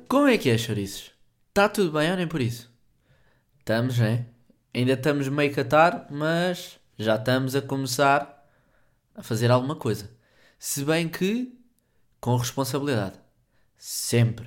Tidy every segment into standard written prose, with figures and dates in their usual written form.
Como é que é, chouriços? Está tudo bem ou nem por isso? Estamos, né? Ainda estamos meio catar, mas já estamos a começar a fazer alguma coisa. Se bem que com responsabilidade. Sempre.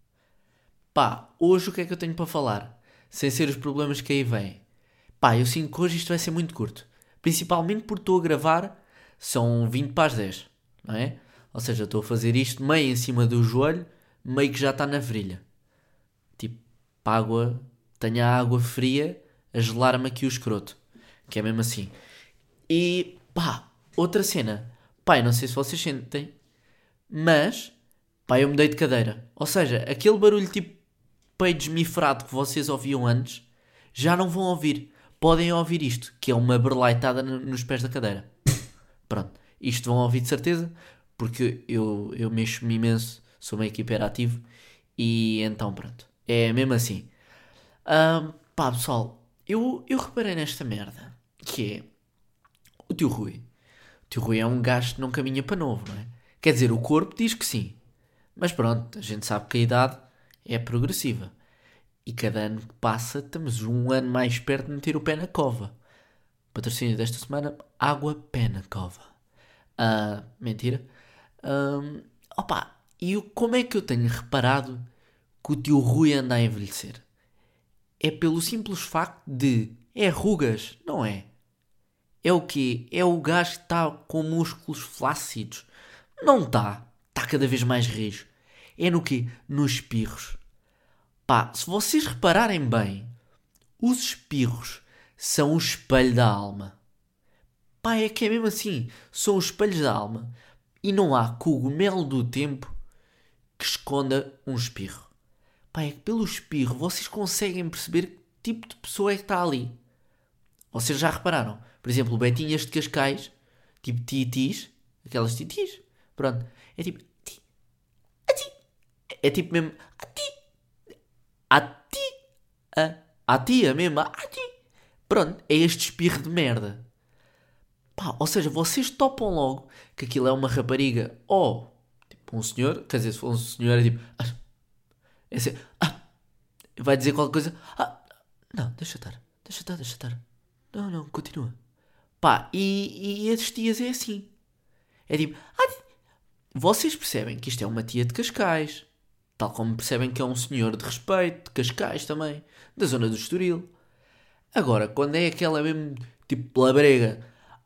Pá, hoje o que é que eu tenho para falar? Sem ser os problemas que aí vêm. Pá, eu sinto que hoje isto vai ser muito curto. Principalmente porque estou a gravar, são 20 para as 10, não é? Ou seja, estou a fazer isto meio em cima do joelho, meio que já está na virilha. Tipo, para água, tenho a água fria a gelar-me aqui o escroto. Que é mesmo assim. E pá, outra cena. Pá, eu não sei se vocês sentem, mas pá, eu mudei de cadeira. Ou seja, aquele barulho tipo peito esmifrado que vocês ouviam antes, já não vão ouvir. Podem ouvir isto, que é uma berlaitada nos pés da cadeira. Pronto, isto vão ouvir de certeza, porque eu mexo-me imenso, sou meio que hiperativo, e então pronto. É mesmo assim. Pá, pessoal, eu reparei nesta merda, que é o tio Rui. O tio Rui é um gajo que não caminha para novo, não é? Quer dizer, o corpo diz que sim. Mas pronto, a gente sabe que a idade é progressiva. E cada ano que passa, estamos um ano mais perto de meter o pé na cova. Patrocínio desta semana, água pé na cova. Mentira. Opa, como é que eu tenho reparado que o tio Rui anda a envelhecer? É pelo simples facto de... É rugas, não é? É o quê? É o gajo que está com músculos flácidos. Não está. Está cada vez mais rijo. É no quê? Nos espirros. Pá, se vocês repararem bem, os espirros são o espelho da alma. Pá, é que é mesmo assim. São os espelhos da alma. E não há cogumelo do tempo que esconda um espirro. Pá, é que pelo espirro vocês conseguem perceber que tipo de pessoa é que está ali. Vocês já repararam? Por exemplo, betinhas de Cascais, tipo titis, aquelas titis, pronto. É tipo, é tipo mesmo, a ti, a tia mesmo, a ti. Pronto, é este espirro de merda. Pá, ou seja, vocês topam logo que aquilo é uma rapariga ou tipo um senhor, quer dizer, se for um senhor é tipo, é assim, vai dizer qualquer coisa, não, deixa estar. Não, não, continua. Pá, e estes dias é assim. É tipo, vocês percebem que isto é uma tia de Cascais, tal como percebem que é um senhor de respeito, de Cascais também, da zona do Estoril. Agora, quando é aquela mesmo, tipo, labrega,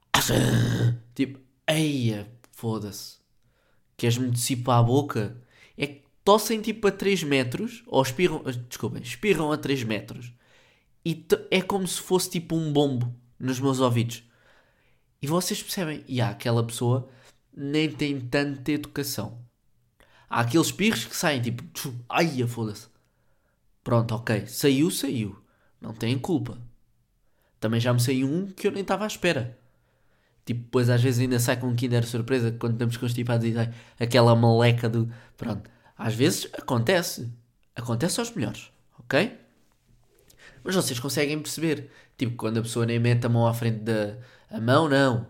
tipo, eia, foda-se, queres-me dissipar a boca? É que tossem tipo a 3 metros, ou espirram, desculpem, espirram a 3 metros, e é como se fosse tipo um bombo nos meus ouvidos. E vocês percebem, e há aquela pessoa nem tem tanta educação. Há aqueles espirros que saem tipo, ai, foda-se. Pronto, ok, saiu. Não tem culpa. Também já me saiu um que eu nem estava à espera. Tipo, depois às vezes ainda sai com um Kinder surpresa quando estamos constipados e sai aquela meleca do... Pronto, às vezes acontece. Acontece aos melhores, ok? Mas vocês conseguem perceber. Tipo, quando a pessoa nem mete a mão à frente da... A mão, não.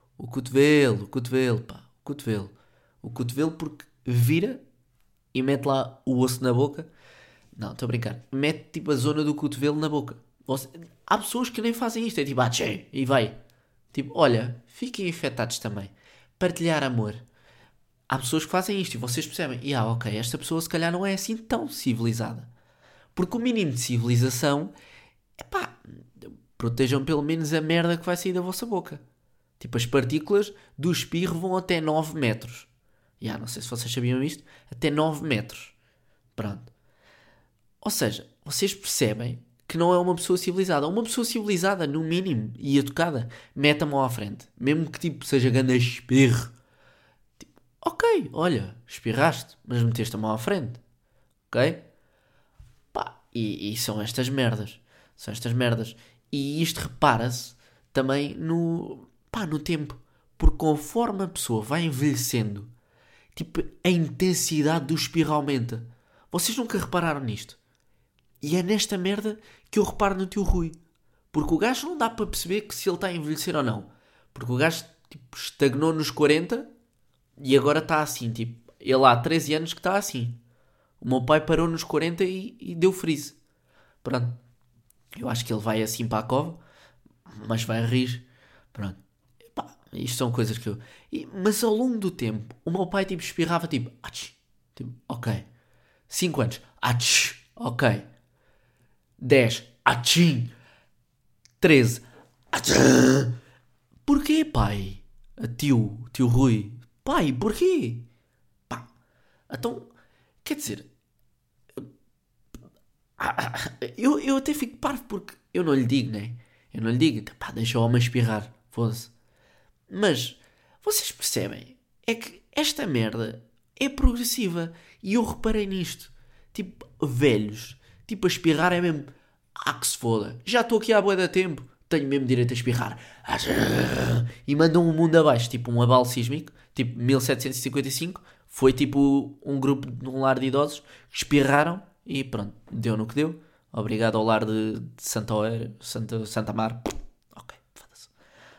O cotovelo, pá. O cotovelo. O cotovelo porque vira e mete lá o osso na boca. Não, estou a brincar. Mete tipo a zona do cotovelo na boca. Há pessoas que nem fazem isto. É tipo, tchê, e vai. Tipo, olha, fiquem infectados também. Partilhar amor. Há pessoas que fazem isto e vocês percebem. E ok, esta pessoa se calhar não é assim tão civilizada. Porque o mínimo de civilização é pá, protejam pelo menos a merda que vai sair da vossa boca. Tipo, as partículas do espirro vão até 9 metros. Não sei se vocês sabiam isto. Até 9 metros. Pronto. Ou seja, vocês percebem que não é uma pessoa civilizada. Uma pessoa civilizada, no mínimo, e educada, mete a mão à frente. Mesmo que, tipo, seja grande espirro. Tipo, ok, olha, espirraste, mas meteste a mão à frente. Ok? Pá, e são estas merdas. São estas merdas. E isto repara-se também no tempo. Porque conforme a pessoa vai envelhecendo, tipo, a intensidade do espirro aumenta. Vocês nunca repararam nisto? E é nesta merda que eu reparo no tio Rui. Porque o gajo não dá para perceber que se ele está a envelhecer ou não. Porque o gajo tipo, estagnou nos 40 e agora está assim. Tipo, ele há 13 anos que está assim. O meu pai parou nos 40 e deu freeze. Pronto. Eu acho que ele vai assim para a cova, mas vai rir. Pronto. Pá, isto são coisas que eu... mas ao longo do tempo, o meu pai tipo espirrava tipo... Ach, tipo, ok. 5 anos. Ach, ok. 10. Achim. 13. Achim. Porquê, pai? Tio Rui. Pai, porquê? Pá. Então, quer dizer... Eu até fico parvo porque eu não lhe digo, né? Eu não lhe digo, pá, deixa o homem espirrar. Foda-se. Mas, vocês percebem? É que esta merda é progressiva. E eu reparei nisto. Tipo, velhos. Tipo, a espirrar é mesmo... que se foda. Já estou aqui há bué de tempo. Tenho mesmo direito a espirrar. E mandam o mundo abaixo. Tipo, um abalo sísmico. Tipo, 1755. Foi tipo um grupo de um lar de idosos que espirraram. E pronto, deu no que deu. Obrigado ao lar de Santa Mar. Ok, foda-se.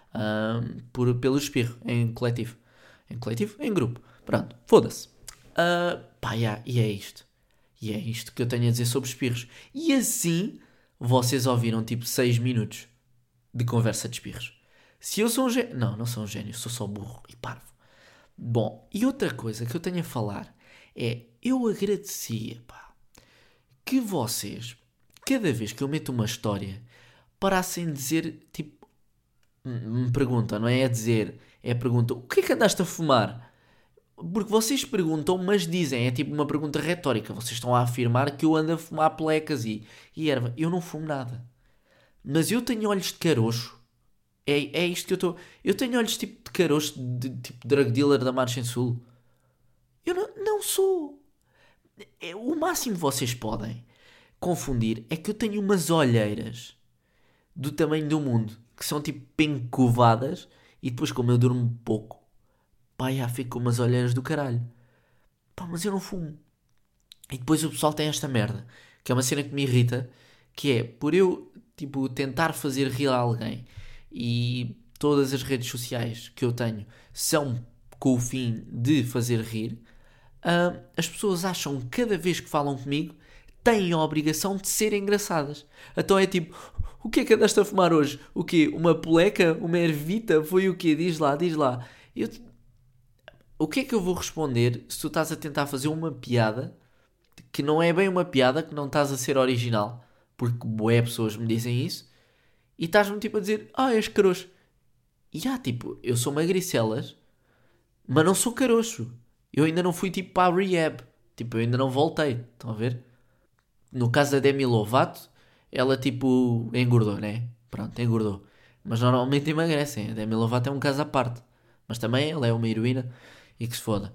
Pelo espirro, em coletivo. Em coletivo? Em grupo. Pronto, foda-se. Pá, yeah, e é isto. E é isto que eu tenho a dizer sobre espirros. E assim, vocês ouviram tipo 6 minutos de conversa de espirros. Se eu sou um gênio... Não sou um gênio, sou só burro e parvo. Bom, e outra coisa que eu tenho a falar é... Eu agradecia, pá, que vocês, cada vez que eu meto uma história, parassem dizer, tipo, me perguntam, não é? É dizer, é pergunta, o que é que andaste a fumar? Porque vocês perguntam, mas dizem, é tipo uma pergunta retórica. Vocês estão a afirmar que eu ando a fumar plecas e erva. Eu não fumo nada. Mas eu tenho olhos de caroço. É isto que eu estou... Eu tenho olhos tipo de caroço, de tipo drug dealer da Margem Sul. Eu não sou... O máximo que vocês podem confundir é que eu tenho umas olheiras do tamanho do mundo, que são tipo pencovadas, e depois como eu durmo pouco, pá, já fico com umas olheiras do caralho. Pá, mas eu não fumo. E depois o pessoal tem esta merda, que é uma cena que me irrita, que é, por eu, tipo, tentar fazer rir a alguém, e todas as redes sociais que eu tenho são com o fim de fazer rir, as pessoas acham que cada vez que falam comigo têm a obrigação de ser engraçadas. Então é tipo, o que é que andaste a fumar hoje? O quê? Uma poleca? Uma ervita? Foi o quê? Diz lá. O que é que eu vou responder se tu estás a tentar fazer uma piada que não é bem uma piada, que não estás a ser original? Porque bué pessoas me dizem isso e estás-me tipo a dizer, és caroço. E tipo, eu sou magricelas, mas não sou caroço. Eu ainda não fui tipo para a rehab. Tipo, eu ainda não voltei. Estão a ver? No caso da Demi Lovato, ela tipo engordou, né? Pronto, engordou. Mas normalmente emagrecem. A Demi Lovato é um caso à parte. Mas também ela é uma heroína e que se foda.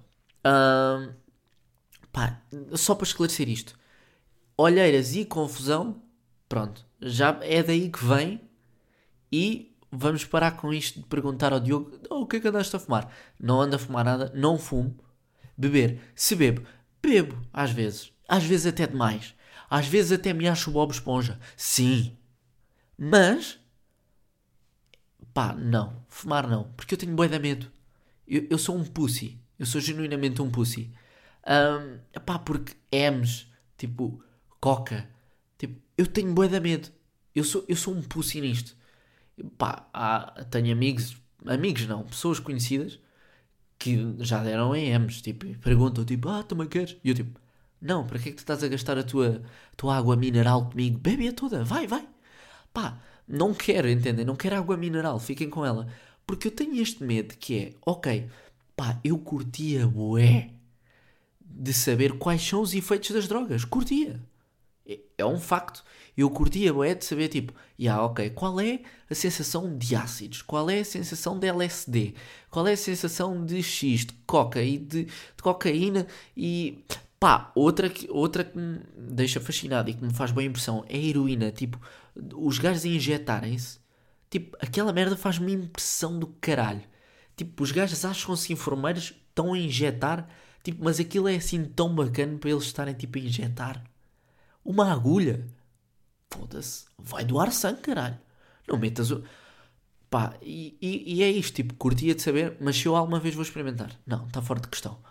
Pá, só para esclarecer isto. Olheiras e confusão, pronto. Já é daí que vem e vamos parar com isto de perguntar ao Diogo o que é que andaste a fumar? Não ando a fumar nada, não fumo. Beber, se bebo, às vezes até demais. Às vezes até me acho o Bob Esponja. Sim. Mas, pá, não. Fumar não. Porque eu tenho bué de medo. Eu sou um pussy. Eu sou genuinamente um pussy. Pá, porque M's, tipo, Coca, tipo, eu tenho bué de medo. Eu sou um pussy nisto. Pá, tenho amigos não, pessoas conhecidas que já deram em M's, tipo, e perguntam, tipo, também queres? E eu tipo, não, para que é que tu estás a gastar a tua água mineral comigo? Bebe-a toda, vai. Pá, não quero, entendem? Não quero água mineral, fiquem com ela. Porque eu tenho este medo que é, ok, pá, eu curtia bué de saber quais são os efeitos das drogas. Curtia. É um facto. Eu curtia bué de saber, tipo, ok, qual é a sensação de ácidos? Qual é a sensação de LSD? Qual é a sensação de X, de coca e de cocaína? E pá, outra que me deixa fascinado e que me faz boa impressão é a heroína. Tipo, os gajos injetarem-se, tipo, aquela merda faz-me impressão do caralho. Tipo, os gajos acham-se enfermeiros, estão a injetar, tipo, mas aquilo é assim tão bacana para eles estarem tipo a injetar uma agulha. Foda-se, vai doar sangue, caralho. Não metas o... Pá, e é isto, tipo, curtia de saber, mas se eu alguma vez vou experimentar? Não, está fora de questão.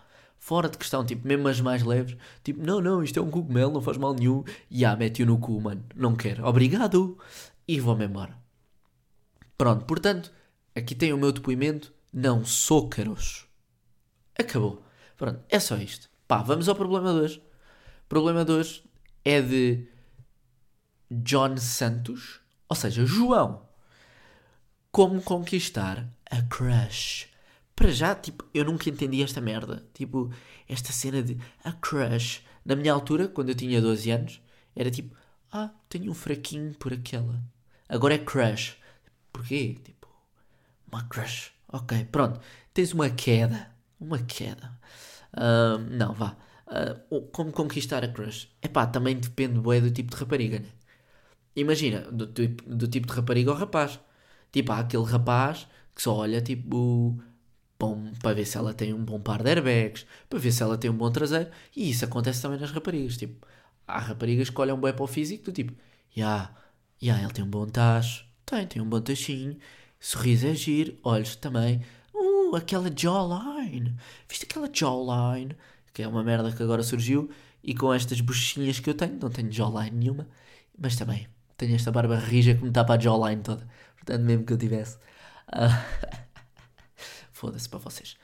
Fora de questão, tipo, mesmo as mais leves. Tipo, não, isto é um cogumelo, não faz mal nenhum. E mete-o no cu, mano. Não quero. Obrigado. E vou-me embora. Pronto, portanto, aqui tem o meu depoimento. Não sou caroço. Acabou. Pronto, é só isto. Pá, vamos ao problema de hoje. O problema de hoje é de John Santos, ou seja, João. Como conquistar a crush. Para já, tipo, eu nunca entendi esta merda. Tipo, esta cena de a crush. Na minha altura, quando eu tinha 12 anos, era tipo, tenho um fraquinho por aquela. Agora é crush. Porquê? Tipo, uma crush. Ok, pronto. Tens uma queda. Uma queda. Não, vá. Como conquistar a crush? Epá, também depende bué do tipo de rapariga, né? Imagina, do tipo de rapariga ou rapaz. Tipo, há aquele rapaz que só olha, tipo, para ver se ela tem um bom par de airbags, para ver se ela tem um bom traseiro. E isso acontece também nas raparigas. Tipo, há raparigas que olham bem para o físico, do tipo, ele tem um bom tacho, tem um bom tachinho, sorriso é giro, olhos também. Aquela jawline. Viste aquela jawline? Que é uma merda que agora surgiu. E com estas bochechinhas que eu tenho, não tenho jawline nenhuma, mas também tenho esta barba rija que me tapa a jawline toda. Portanto, mesmo que eu tivesse. ah, Foda-se para vocês.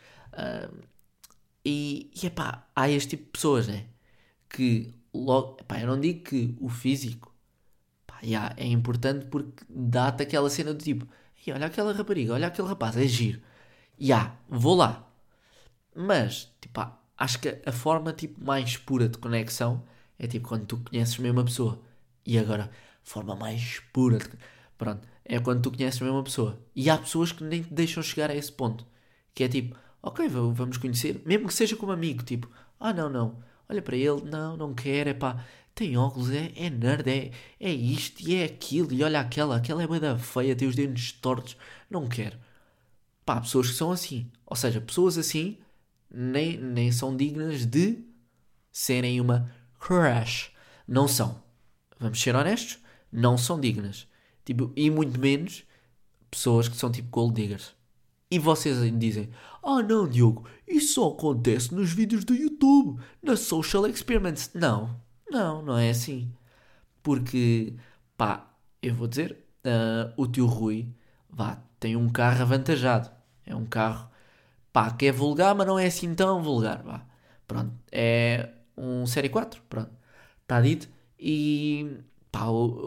E epá, há este tipo de pessoas, né? Que logo. Epá, eu não digo que o físico pá, é importante porque dá-te aquela cena do tipo: "Ei, olha aquela rapariga, olha aquele rapaz, é giro. Vou lá." Mas, tipo, acho que a forma tipo, mais pura de conexão é tipo quando tu conheces mesmo a pessoa. E agora, forma mais pura de... Pronto, é quando tu conheces mesmo a pessoa. E há pessoas que nem te deixam chegar a esse ponto. Que é tipo, ok, vamos conhecer, mesmo que seja como amigo, tipo, não, olha para ele, não quer, é pá, tem óculos, é nerd, é isto e é aquilo, e olha aquela é bué da feia, tem os dentes tortos, não quer. Pá, há pessoas que são assim. Ou seja, pessoas assim nem são dignas de serem uma crush. Não são. Vamos ser honestos? Não são dignas. Tipo, e muito menos pessoas que são tipo gold diggers. E vocês dizem, não, Diogo, isso só acontece nos vídeos do YouTube, na social experiments. Não é assim. Porque, pá, eu vou dizer, o tio Rui, tem um carro avantajado. É um carro, pá, que é vulgar, mas não é assim tão vulgar, vá. Pronto, é um Série 4, pronto. Está dito. E, pá,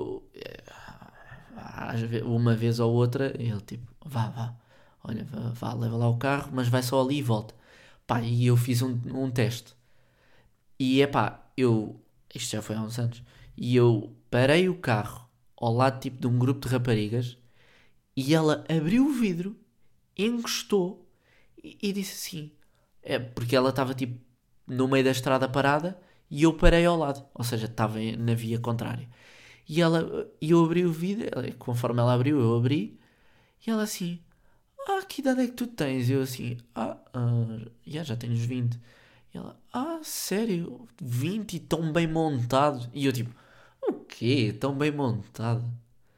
uma vez ou outra, ele tipo, olha, leva lá o carro, mas vai só ali e volta. Pá, e eu fiz um teste. E, isto já foi há uns anos, e eu parei o carro ao lado tipo de um grupo de raparigas e ela abriu o vidro, encostou e disse assim, porque ela estava tipo no meio da estrada parada e eu parei ao lado, ou seja, estava na via contrária. E eu abri o vidro, conforme ela abriu, eu abri, e ela assim, que idade é que tu tens? Eu assim, já tenho uns 20. E ela, sério? 20 e tão bem montado? E eu tipo, o quê? Tão bem montado?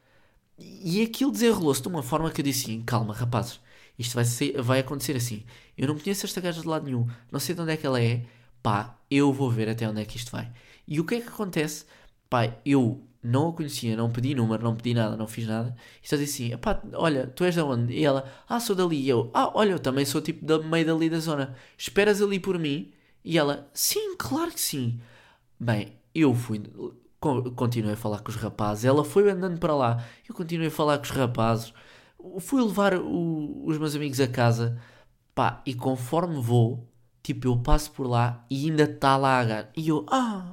E aquilo desenrolou-se de uma forma que eu disse assim, calma rapazes, isto vai acontecer assim. Eu não conheço esta gaja de lado nenhum, não sei de onde é que ela é, pá, eu vou ver até onde é que isto vai. E o que é que acontece? Pá, eu não a conhecia, não pedi número, não pedi nada, não fiz nada. E só disse assim, pá, olha, tu és de onde? E ela, sou dali. E eu, olha, eu também sou tipo da meio dali da zona. Esperas ali por mim? E ela, sim, claro que sim. Bem, eu continuei a falar com os rapazes. Ela foi andando para lá. Eu continuei a falar com os rapazes. Fui levar os meus amigos a casa. Pá, e conforme vou, tipo, eu passo por lá e ainda está lá a gaja. E eu,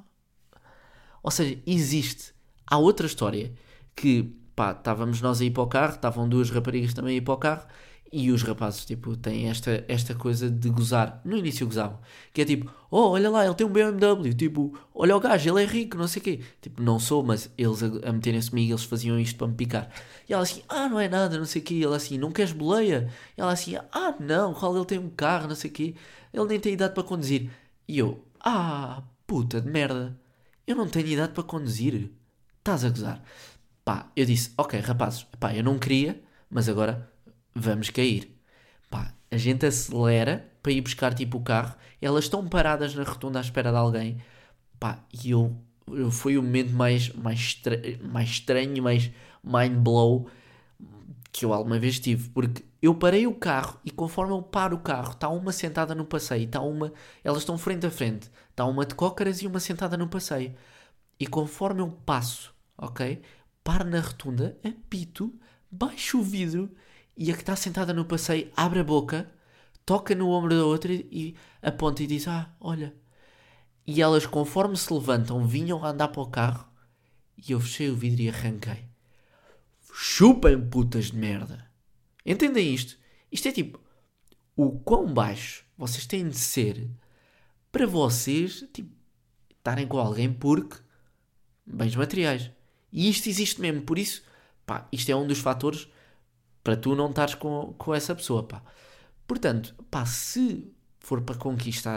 Ou seja, existe. Há outra história que, pá, estávamos nós a ir para o carro, estavam duas raparigas também a ir para o carro e os rapazes, tipo, têm esta coisa de gozar. No início gozavam. Que é tipo, olha lá, ele tem um BMW. Tipo, olha o gajo, ele é rico, não sei o quê. Tipo, não sou, mas eles a meterem-se comigo, eles faziam isto para me picar. E ela assim, não é nada, não sei o quê. E ela assim, não queres boleia? E ela assim, não, qual ele tem um carro, não sei o quê. Ele nem tem idade para conduzir. E eu, puta de merda. Eu não tenho idade para conduzir. Estás a gozar? Pá, eu disse, ok, rapazes, pá, eu não queria, mas agora vamos cair. Pá, A gente acelera para ir buscar tipo o carro. Elas estão paradas na rotunda à espera de alguém. Pá, e foi o momento mais estranho, mais mind blow que eu alguma vez tive. Porque eu parei o carro e conforme eu paro o carro, está uma sentada no passeio, elas estão frente a frente. Está uma de cócaras e uma sentada no passeio. E conforme eu passo, ok? Paro na rotunda, apito, baixo o vidro e a que está sentada no passeio abre a boca, toca no ombro da outra e aponta e diz: olha. E elas, conforme se levantam, vinham a andar para o carro e eu fechei o vidro e arranquei. Chupem, putas de merda. Entendem isto? Isto é tipo o quão baixo vocês têm de ser para vocês tipo, estarem com alguém porque bens materiais. E isto existe mesmo. Por isso, pá, isto é um dos fatores para tu não estares com essa pessoa, pá. Portanto, pá, se for para conquistar,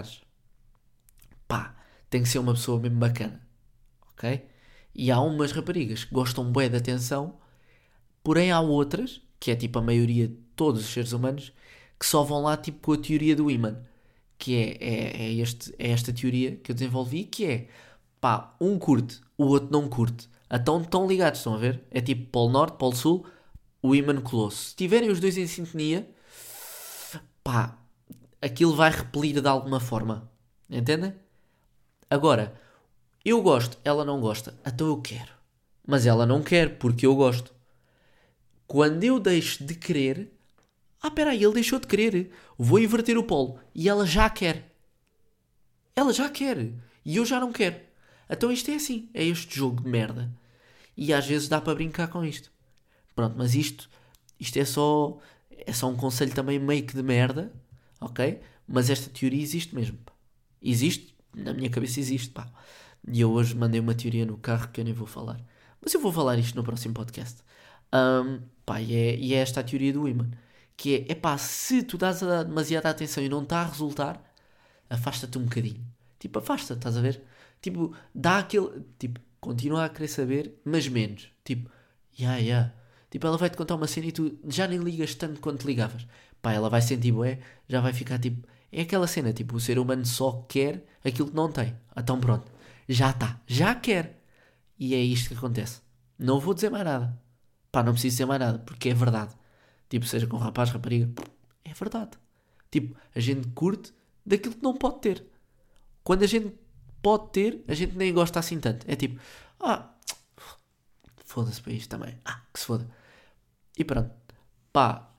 pá, tem que ser uma pessoa mesmo bacana, ok? E há umas raparigas que gostam bué de atenção, porém há outras, que é tipo a maioria de todos os seres humanos, que só vão lá tipo com a teoria do imã, que é esta teoria que eu desenvolvi, que é, pá, um curte, o outro não curte. Então estão ligados, estão a ver? É tipo Polo Norte, Polo Sul, o ímã colou-se. Se estiverem os dois em sintonia, pá, aquilo vai repelir de alguma forma. Entendem? Agora, eu gosto, ela não gosta, então eu quero. Mas ela não quer porque eu gosto. Quando eu deixo de querer, espera aí, ele deixou de querer. Vou inverter o polo. E ela já quer. Ela já quer. E eu já não quero. Então isto é assim. É este jogo de merda. E às vezes dá para brincar com isto. Pronto, mas isto é só um conselho também meio que de merda. Ok? Mas esta teoria existe mesmo. Pá. Existe. Na minha cabeça existe. Pá. E eu hoje mandei uma teoria no carro que eu nem vou falar. Mas eu vou falar isto no próximo podcast. Pá, e é esta a teoria do imã. Que é pá, se tu dás demasiada atenção e não está a resultar, afasta-te um bocadinho. Tipo, afasta-te, estás a ver? Tipo, dá aquele. Tipo, continua a querer saber, mas menos. Tipo, yeah. Tipo, ela vai-te contar uma cena e tu já nem ligas tanto quanto ligavas. Pá, ela vai sentir bué, já vai ficar tipo. É aquela cena, tipo, o ser humano só quer aquilo que não tem. Então pronto, já está, já quer. E é isto que acontece. Não vou dizer mais nada. Pá, não preciso dizer mais nada, porque é verdade. Tipo, seja com rapaz, rapariga, é verdade. Tipo, a gente curte daquilo que não pode ter. Quando a gente pode ter, a gente nem gosta assim tanto. É tipo, foda-se para isto também. Que se foda. E pronto. Pá,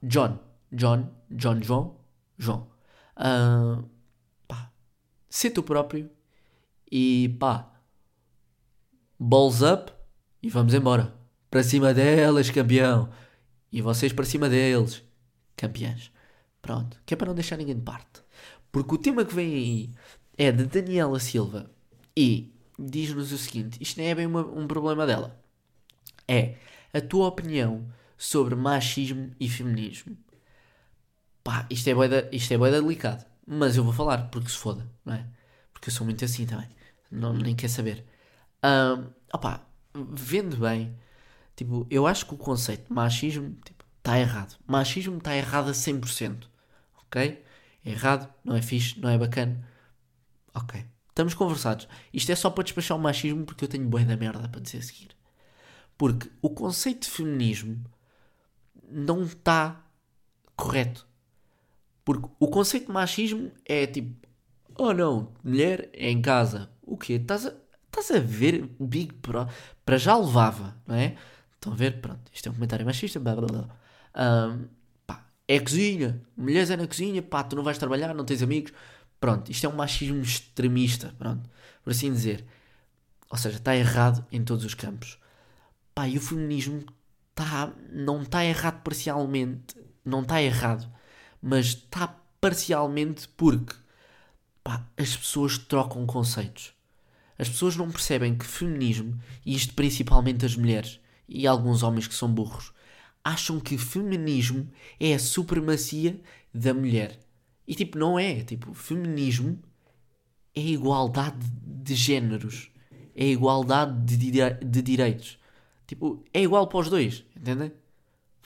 João. Pá, ser tu próprio e pá, balls up e vamos embora. Para cima delas, campeão. E vocês para cima deles, campeões. Pronto, que é para não deixar ninguém de parte. Porque o tema que vem aí é de Daniela Silva e diz-nos o seguinte: isto nem é bem um problema dela. É a tua opinião sobre machismo e feminismo. Pá, isto é bué da delicado. Mas eu vou falar, porque se foda, não é? Porque eu sou muito assim também. Não, nem quer saber. Opá, vendo bem, tipo, eu acho que o conceito de machismo, tipo, está errado. Machismo está errado a 100%. Ok? É errado, não é fixe, não é bacana. Ok. Estamos conversados. Isto é só para despachar o machismo porque eu tenho bué da merda para dizer a seguir. Porque o conceito de feminismo não está correto. Porque o conceito de machismo é tipo, oh não, mulher é em casa. O quê? Estás a ver Big Pro? Para já levava, não é? Estão a ver? Pronto, isto é um comentário machista, blá blá blá. Pá, é cozinha. Mulheres é na cozinha, pá, tu não vais trabalhar, não tens amigos. Pronto, isto é um machismo extremista, pronto, por assim dizer. Ou seja, está errado em todos os campos. Pá, e o feminismo não está errado parcialmente. Não está errado. Mas está parcialmente porque, pá, as pessoas trocam conceitos. As pessoas não percebem que feminismo, e isto principalmente as mulheres e alguns homens que são burros, acham que feminismo é a supremacia da mulher. E tipo, não é. Tipo, feminismo é igualdade de géneros. É igualdade de direitos. Tipo, é igual para os dois. Entendem?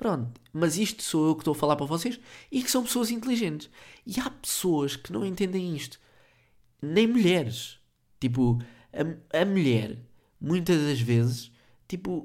Pronto, mas isto sou eu que estou a falar para vocês e que são pessoas inteligentes. E há pessoas que não entendem isto. Nem mulheres. Tipo, a mulher, muitas das vezes, tipo,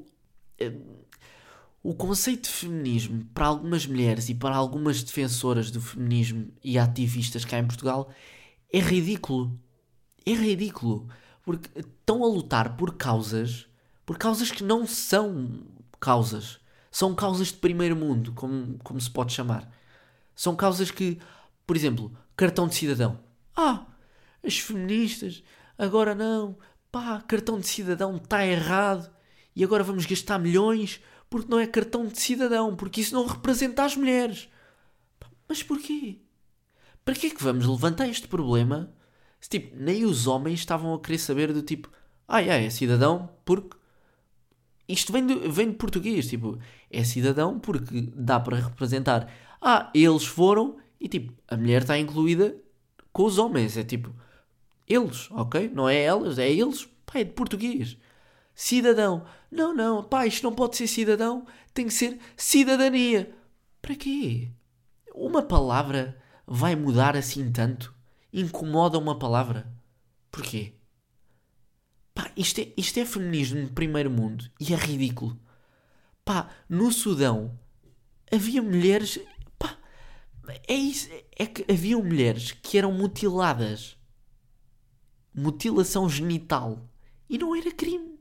o conceito de feminismo para algumas mulheres e para algumas defensoras do feminismo e ativistas cá em Portugal é ridículo. É ridículo. Porque estão a lutar por causas que não são causas. São causas de primeiro mundo, como se pode chamar. São causas que, por exemplo, cartão de cidadão. As feministas, agora não. Pá, cartão de cidadão está errado. E agora vamos gastar milhões porque não é cartão de cidadão, porque isso não representa as mulheres. Pá, mas porquê? Para que é que vamos levantar este problema se, tipo, nem os homens estavam a querer saber do tipo, é cidadão porque... Isto vem de português, tipo, é cidadão porque dá para representar. Eles foram e, tipo, a mulher está incluída com os homens. É tipo, eles, ok? Não é elas, é eles. Pá, é de português. Cidadão. Não, pá, isto não pode ser cidadão. Tem que ser cidadania. Para quê? Uma palavra vai mudar assim tanto? Incomoda uma palavra? Porquê? Pá, isto é feminismo de primeiro mundo e é ridículo. Pá, no Sudão havia mulheres... Pá, é isso. É que havia mulheres que eram mutiladas. Mutilação genital. E não era crime.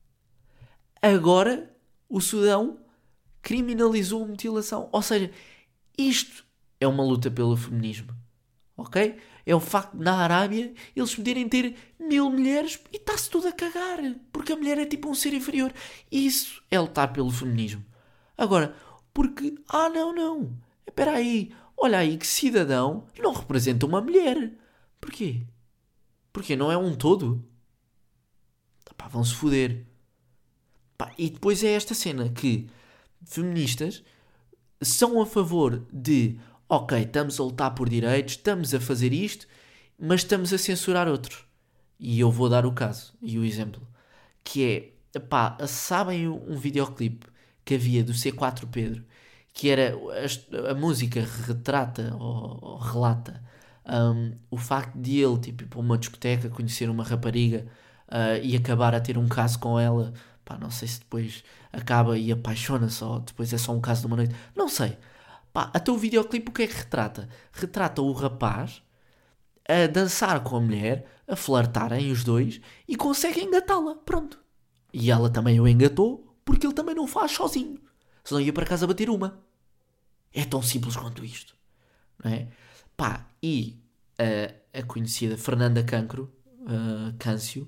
Agora, o Sudão criminalizou a mutilação. Ou seja, isto é uma luta pelo feminismo. Ok? É o facto de na Arábia eles poderem ter 1000 mulheres e está-se tudo a cagar. Porque a mulher é tipo um ser inferior. Isso é lutar pelo feminismo. Agora, porque... não. Espera aí. Olha aí que cidadão não representa uma mulher. Porquê? Porque não é um todo. Pá, vão-se foder. Pá, e depois é esta cena que feministas são a favor de ok, estamos a lutar por direitos, estamos a fazer isto, mas estamos a censurar outros. E eu vou dar o caso e o exemplo. Que é, pá, sabem um videoclipe que havia do C4 Pedro, que era a música retrata ou relata o facto de ele tipo, ir para uma discoteca, conhecer uma rapariga e acabar a ter um caso com ela. Pá, não sei se depois acaba e apaixona-se ou depois é só um caso de uma noite. Não sei. Pá, até o videoclipe o que é que retrata? Retrata o rapaz a dançar com a mulher, a flertarem os dois e consegue engatá-la. Pronto. E ela também o engatou porque ele também não faz sozinho. Senão ia para casa bater uma. É tão simples quanto isto. Não é? Pá, e a conhecida Fernanda Cancro, Câncio,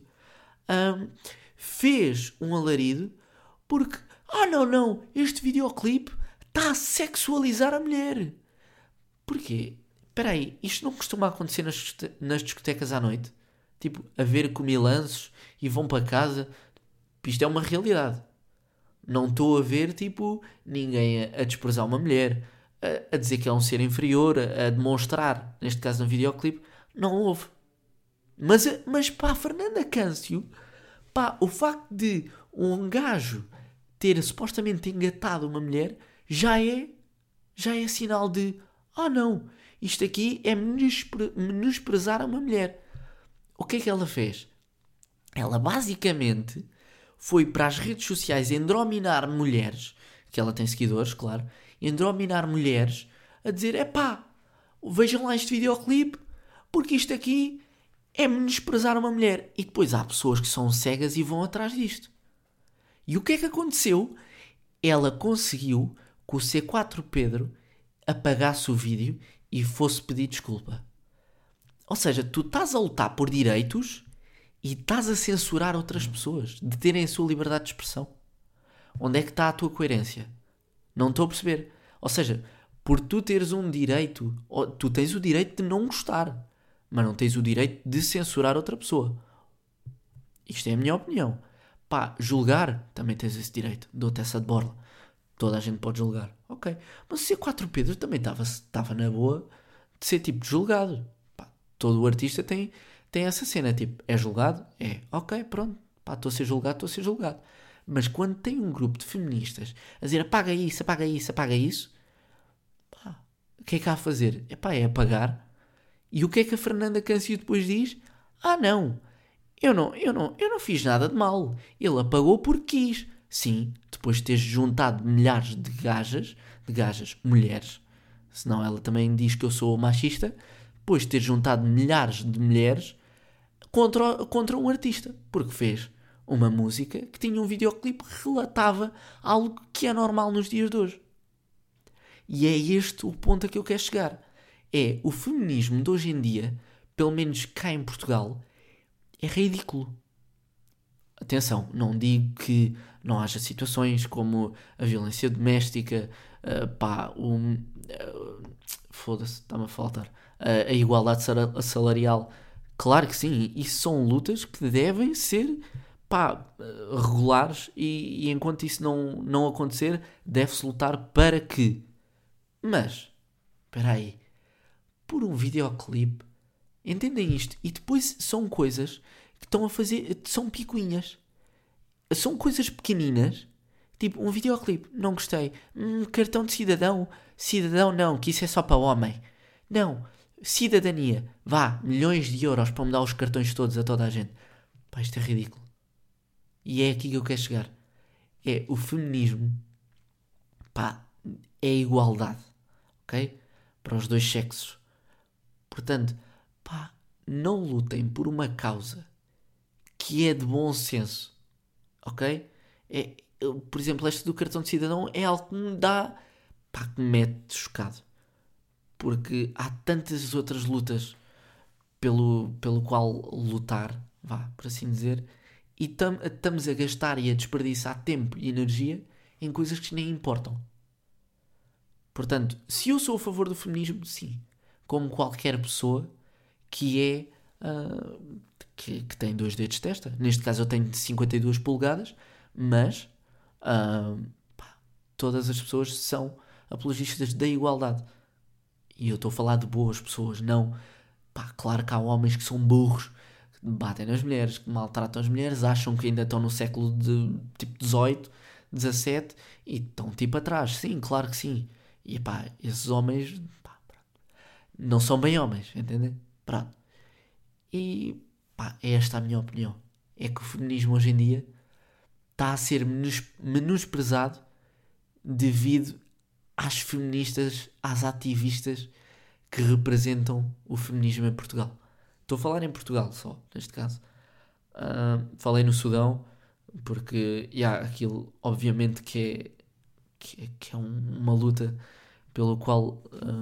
fez um alarido porque, não, este videoclipe está a sexualizar a mulher. Porquê? Espera aí, isto não costuma acontecer nas discotecas à noite? Tipo, a ver comilanços e vão para casa. Isto é uma realidade. Não estou a ver, tipo, ninguém a desprezar uma mulher, a dizer que é um ser inferior, a demonstrar, neste caso no videoclipe. Não houve. Mas pá, a Fernanda Câncio, pá, o facto de um gajo ter supostamente engatado uma mulher já é sinal de não, isto aqui é menosprezar uma mulher. O que é que ela fez? Ela basicamente foi para as redes sociais endrominar mulheres, que ela tem seguidores, claro, endrominar mulheres a dizer, vejam lá este videoclipe, porque isto aqui é menosprezar uma mulher. E depois há pessoas que são cegas e vão atrás disto. E o que é que aconteceu? Ela conseguiu que o C4 Pedro apagasse o vídeo e fosse pedir desculpa. Ou seja, tu estás a lutar por direitos e estás a censurar outras pessoas de terem a sua liberdade de expressão. Onde é que está a tua coerência? Não estou a perceber. Ou seja, por tu teres um direito, tu tens o direito de não gostar, mas não tens o direito de censurar outra pessoa. Isto é a minha opinião. Pá, julgar, também tens esse direito. Dou-te essa de borla. Toda a gente pode julgar. Ok. Mas o C4 Pedro também estava na boa de ser tipo julgado. Pá, todo o artista tem essa cena. Tipo, é julgado? É. Ok, pronto. Pá, estou a ser julgado. Mas quando tem um grupo de feministas a dizer apaga isso, apaga isso, apaga isso, pá, o que é que há a fazer? É apagar. E o que é que a Fernanda Câncio depois diz? Ah, não, eu não fiz nada de mal. Ele apagou porque quis. Sim, depois de teres juntado milhares de gajas, mulheres, senão ela também diz que eu sou machista, depois de ter juntado milhares de mulheres contra um artista, porque fez uma música que tinha um videoclipe que relatava algo que é normal nos dias de hoje. E é este o ponto a que eu quero chegar. É o feminismo de hoje em dia, pelo menos cá em Portugal, é ridículo. Atenção, não digo que não haja situações como a violência doméstica, foda-se, está-me a faltar, a igualdade salarial. Claro que sim, isso são lutas que devem ser, regulares e enquanto isso não acontecer, deve-se lutar para que. Mas, espera aí, por um videoclipe, entendem isto? E depois são coisas que estão a fazer, são picuinhas. São coisas pequeninas, tipo um videoclipe, não gostei. Cartão de cidadão, cidadão não, que isso é só para homem. Não, cidadania, vá, milhões de euros para me dar os cartões todos a toda a gente. Pá, isto é ridículo. E é aqui que eu quero chegar. É o feminismo, pá, é a igualdade, ok? Para os dois sexos. Portanto, pá, não lutem por uma causa que é de bom senso, ok? Por exemplo, este do cartão de cidadão é algo que me dá, que me mete chocado. Porque há tantas outras lutas pelo qual lutar, vá, por assim dizer, e estamos a gastar e a desperdiçar tempo e energia em coisas que nem importam. Portanto, se eu sou a favor do feminismo, sim, como qualquer pessoa que é que tem 2 dedos de testa. Neste caso eu tenho de 52 polegadas, mas todas as pessoas são apologistas da igualdade. E eu estou a falar de boas pessoas, não. Claro que há homens que são burros, que batem nas mulheres, que maltratam as mulheres, acham que ainda estão no século de tipo 18, 17 e estão tipo atrás. Sim, claro que sim. E esses homens não são bem homens, entendem? Pronto. E é esta a minha opinião. É que o feminismo hoje em dia está a ser menosprezado devido às feministas, às ativistas que representam o feminismo em Portugal. Estou a falar em Portugal só, neste caso. Falei no Sudão, porque aquilo obviamente que é uma luta pelo qual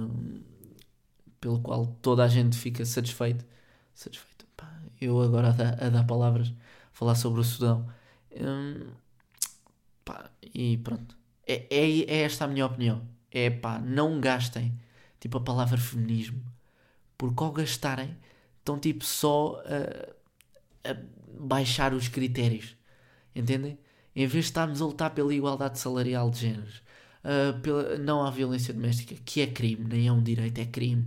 toda a gente fica satisfeito. Eu agora a dar palavras, falar sobre o Sudão. E pronto. É esta a minha opinião. Não gastem tipo a palavra feminismo, porque ao gastarem estão tipo só a baixar os critérios, entendem? Em vez de estarmos a lutar pela igualdade salarial de géneros, não há violência doméstica, que é crime, nem é um direito, é crime.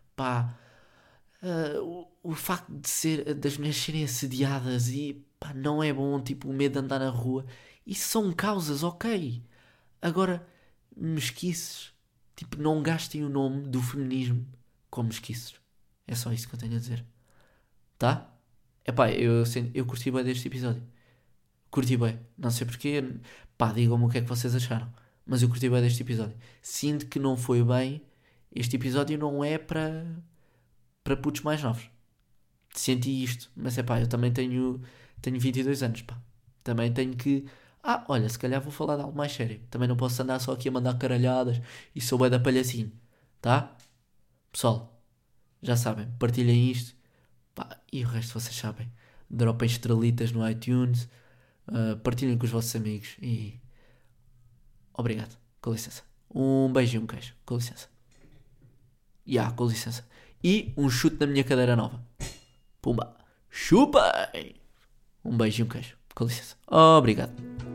O facto das mulheres serem assediadas e não é bom, tipo o medo de andar na rua, isso são causas, ok. Agora, mesquices, tipo, não gastem o nome do feminismo com mesquices. É só isso que eu tenho a dizer. Tá? Eu curti bem deste episódio. Curti bem. Não sei porquê. Digam-me o que é que vocês acharam. Mas eu curti bem deste episódio. Sinto que não foi bem. Este episódio não é para putos mais novos. Senti isto. Mas eu também tenho 22 anos, Também tenho que... olha, se calhar vou falar de algo mais sério. Também não posso andar só aqui a mandar caralhadas e sou bué da palhacinho. Tá? Pessoal, já sabem. Partilhem isto. E o resto vocês sabem. Dropem estrelitas no iTunes. Partilhem com os vossos amigos. E... obrigado. Com licença. Um beijo e um queijo. Com licença. Com licença. E um chute na minha cadeira nova. Pumba. Chupem! Um beijo e um queijo. Com licença. Obrigado.